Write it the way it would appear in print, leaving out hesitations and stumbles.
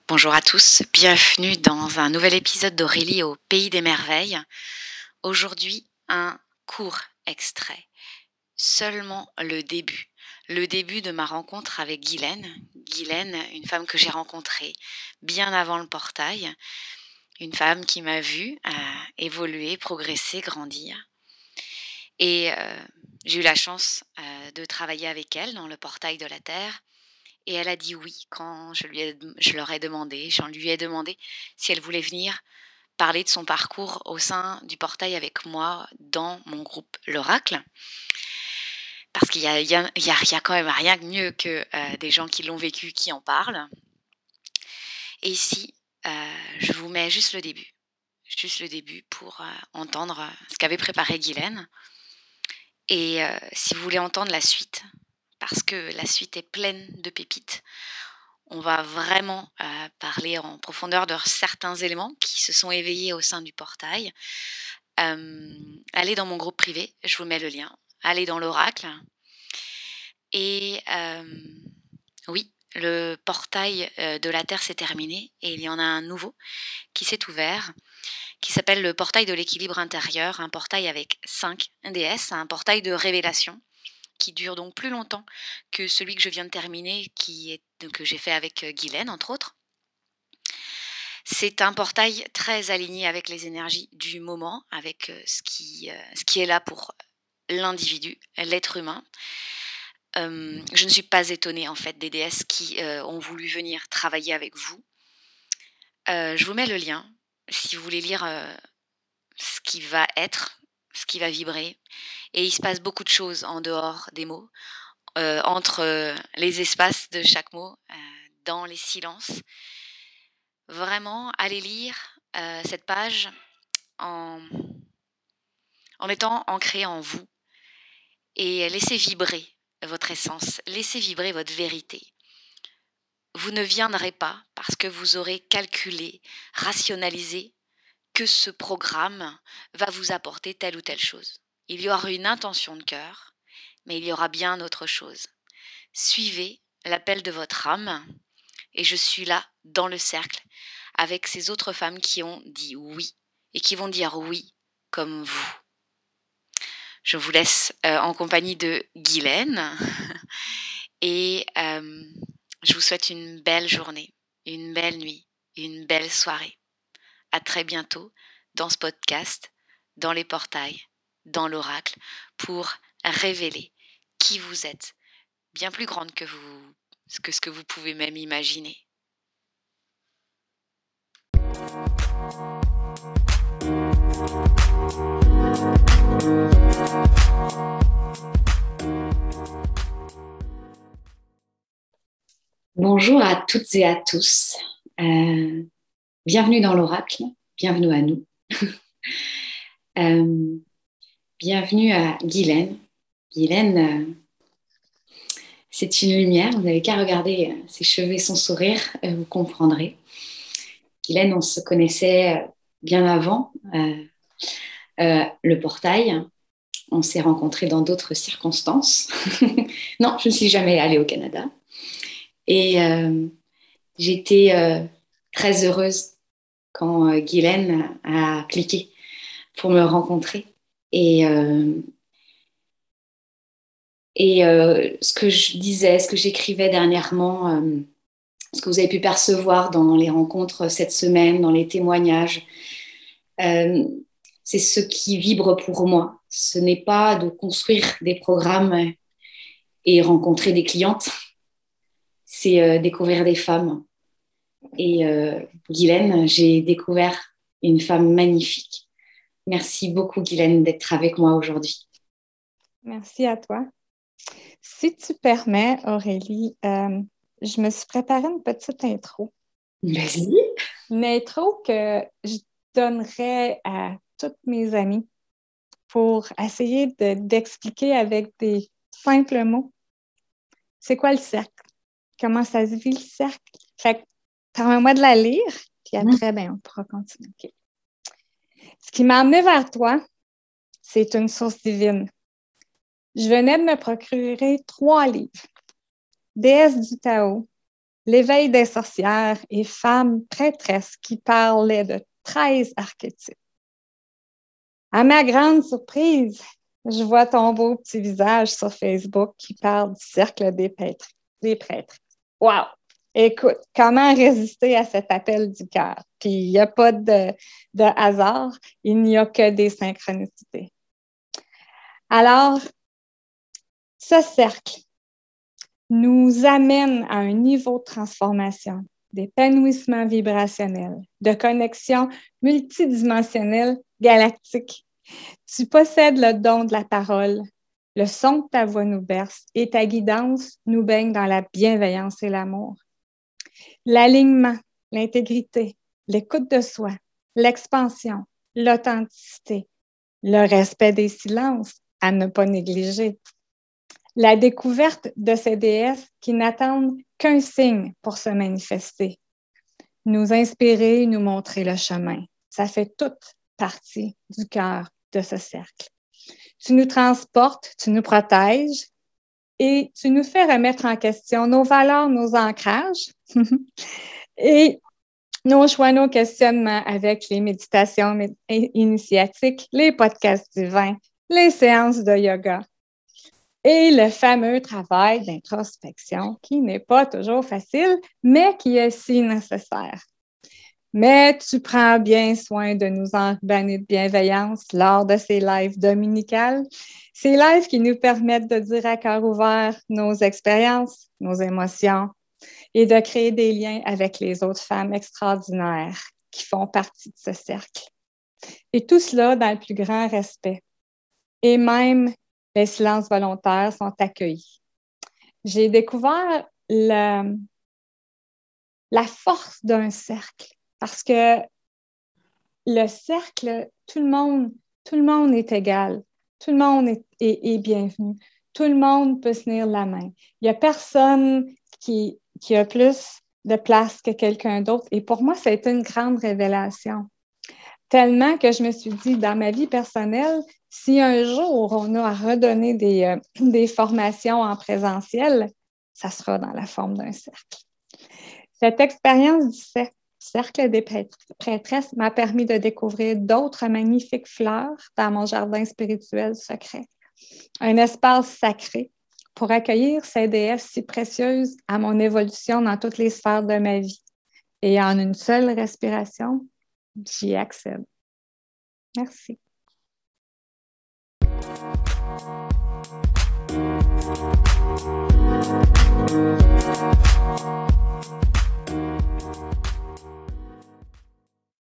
Bonjour à tous, bienvenue dans un nouvel épisode d'Aurélie au Pays des Merveilles. Aujourd'hui, un court extrait, seulement le début de ma rencontre avec Guylaine. Guylaine, une femme que j'ai rencontrée bien avant le portail, une femme qui m'a vue évoluer, progresser, grandir. Et j'ai eu la chance de travailler avec elle dans le portail de la Terre. Et elle a dit oui quand je lui ai demandé si elle voulait venir parler de son parcours au sein du portail avec moi dans mon groupe l'Oracle. Parce qu'il y a quand même rien de mieux que des gens qui l'ont vécu, qui en parlent. Et ici, je vous mets juste le début pour entendre ce qu'avait préparé Guylaine. Et si vous voulez entendre la suite, parce que la suite est pleine de pépites, on va vraiment parler en profondeur de certains éléments qui se sont éveillés au sein du portail. Allez dans mon groupe privé, je vous mets le lien. Allez dans l'oracle. Et oui, le portail de la Terre s'est terminé et il y en a un nouveau qui s'est ouvert, qui s'appelle le portail de l'équilibre intérieur, un portail avec 5 déesses, un portail de révélation, qui dure donc plus longtemps que celui que je viens de terminer, que j'ai fait avec Guylaine, entre autres. C'est un portail très aligné avec les énergies du moment, avec ce qui est là pour l'individu, l'être humain. Je ne suis pas étonnée en fait des déesses qui ont voulu venir travailler avec vous. Je vous mets le lien si vous voulez lire ce qui va être, ce qui va vibrer. Et il se passe beaucoup de choses en dehors des mots. Entre les espaces de chaque mot, dans les silences. Vraiment, allez lire cette page en étant ancré en vous et laissez vibrer votre essence, laissez vibrer votre vérité. Vous ne viendrez pas parce que vous aurez calculé, rationalisé que ce programme va vous apporter telle ou telle chose. Il y aura une intention de cœur, mais il y aura bien autre chose. Suivez l'appel de votre âme et je suis là dans le cercle avec ces autres femmes qui ont dit oui et qui vont dire oui comme vous. Je vous laisse en compagnie de Guylaine et je vous souhaite une belle journée, une belle nuit, une belle soirée. À très bientôt dans ce podcast, dans les portails, dans l'oracle, pour révéler qui vous êtes, bien plus grande que ce que vous pouvez même imaginer. Bonjour à toutes et à tous. Bienvenue dans l'Oracle, bienvenue à nous. Bienvenue à Guylaine. Guylaine, c'est une lumière. Vous n'avez qu'à regarder ses cheveux et son sourire, vous comprendrez. Guylaine, on se connaissait bien avant le portail. On s'est rencontrés dans d'autres circonstances. Non, je ne suis jamais allée au Canada. Et j'étais très heureuse quand Guylaine a cliqué pour me rencontrer. Et ce que je disais, ce que j'écrivais dernièrement, ce que vous avez pu percevoir dans les rencontres cette semaine, dans les témoignages, c'est ce qui vibre pour moi. Ce n'est pas de construire des programmes et rencontrer des clientes, c'est découvrir des femmes. Et Guylaine, j'ai découvert une femme magnifique. Merci beaucoup, Guylaine, d'être avec moi aujourd'hui. Merci à toi. Si tu permets, Aurélie, je me suis préparé une petite intro. Vas-y. Une intro que je donnerais à toutes mes amies pour essayer d'expliquer avec des simples mots. C'est quoi le cercle? Comment ça se vit, le cercle? Fait que, permets-moi de la lire, puis après, on pourra continuer. Okay. Ce qui m'a amené vers toi, c'est une source divine. Je venais de me procurer 3 livres. Déesse du Tao, l'éveil des sorcières et femmes prêtresses qui parlaient de 13 archétypes. À ma grande surprise, je vois ton beau petit visage sur Facebook qui parle du cercle des prêtres. Wow! Écoute, comment résister à cet appel du cœur? Puis il n'y a pas de hasard, il n'y a que des synchronicités. Alors, ce cercle nous amène à un niveau de transformation, d'épanouissement vibrationnel, de connexion multidimensionnelle galactique. Tu possèdes le don de la parole. Le son de ta voix nous berce et ta guidance nous baigne dans la bienveillance et l'amour. L'alignement, l'intégrité, l'écoute de soi, l'expansion, l'authenticité, le respect des silences à ne pas négliger. La découverte de ces déesses qui n'attendent qu'un signe pour se manifester. Nous inspirer, nous montrer le chemin. Ça fait toute partie du cœur de ce cercle. Tu nous transportes, tu nous protèges et tu nous fais remettre en question nos valeurs, nos ancrages et nos choix, nos questionnements avec les méditations initiatiques, les podcasts divins, les séances de yoga et le fameux travail d'introspection qui n'est pas toujours facile, mais qui est si nécessaire. Mais tu prends bien soin de nous enrubanner de bienveillance lors de ces lives dominicales, ces lives qui nous permettent de dire à cœur ouvert nos expériences, nos émotions et de créer des liens avec les autres femmes extraordinaires qui font partie de ce cercle. Et tout cela dans le plus grand respect. Et même les silences volontaires sont accueillis. J'ai découvert la force d'un cercle. Parce que le cercle, tout le monde est égal. Tout le monde est bienvenu. Tout le monde peut se tenir la main. Il n'y a personne qui a plus de place que quelqu'un d'autre. Et pour moi, ça a été une grande révélation. Tellement que je me suis dit, dans ma vie personnelle, si un jour on a à redonner des formations en présentiel, ça sera dans la forme d'un cercle. Cette expérience du cercle des prêtresses m'a permis de découvrir d'autres magnifiques fleurs dans mon jardin spirituel secret. Un espace sacré pour accueillir ces déesses si précieuses à mon évolution dans toutes les sphères de ma vie. Et en une seule respiration, j'y accède. Merci.